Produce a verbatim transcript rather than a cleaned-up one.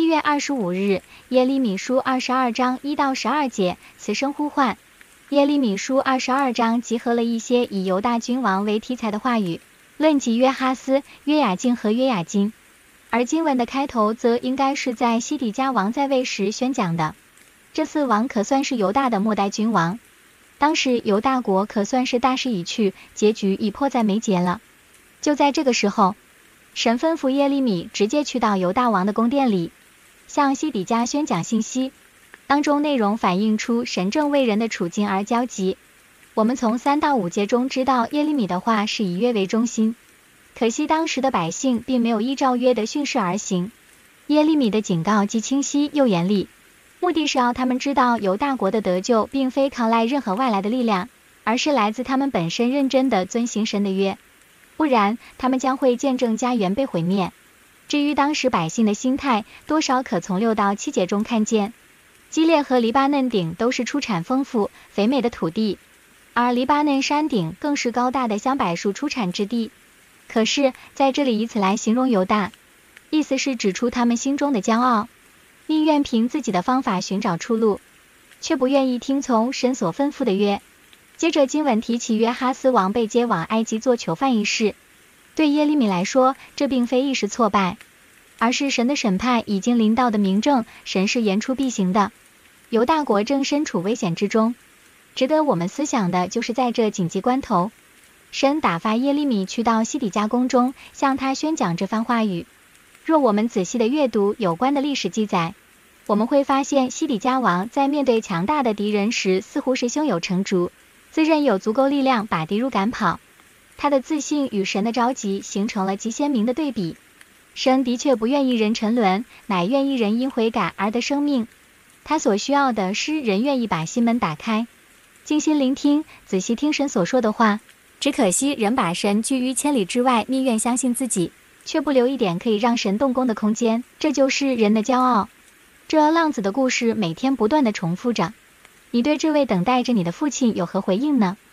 月二十五日，耶利米书二十二章一到十二节，此声呼唤。耶利米书二十二章集合了一些以犹大君王为题材的话语，论及约哈斯、约雅敬和约雅斤。而经文的开头则应该是在西底家王在位时宣讲的。这四王可算是犹大的末代君王，当时犹大国可算是大势已去，结局已迫在眉睫了。就在这个时候，神吩咐耶利米直接去到犹大王的宫殿里，向西底家宣讲信息，当中内容反映出神正为人的处境而焦急。我们从三到五节中知道耶利米的话是以约为中心，可惜当时的百姓并没有依照约的训示而行。耶利米的警告既清晰又严厉，目的是要他们知道犹大国的得救并非靠赖任何外来的力量，而是来自他们本身认真的遵行神的约，不然他们将会见证家园被毁灭。至于当时百姓的心态，多少可从六到七节中看见。基列和黎巴嫩顶都是出产丰富肥美的土地，而黎巴嫩山顶更是高大的香柏树出产之地。可是在这里以此来形容犹大，意思是指出他们心中的骄傲，宁愿凭自己的方法寻找出路，却不愿意听从神所吩咐的约。接着经文提起约哈斯王被接往埃及做囚犯一事，对耶利米来说，这并非一时挫败，而是神的审判已经临到的明证，神是言出必行的。犹大国正身处危险之中，值得我们思想的就是在这紧急关头，神打发耶利米去到西底家宫中，向他宣讲这番话语。若我们仔细的阅读有关的历史记载，我们会发现西底家王在面对强大的敌人时，似乎是胸有成竹，自认有足够力量把敌人赶跑。他的自信与神的着急形成了极鲜明的对比。神的确不愿意人沉沦，乃愿意人因悔改而得生命。他所需要的是人愿意把心门打开，静心聆听，仔细听神所说的话。只可惜人把神拒于千里之外，宁愿相信自己，却不留一点可以让神动工的空间，这就是人的骄傲。这浪子的故事每天不断的重复着，你对这位等待着你的父亲有何回应呢？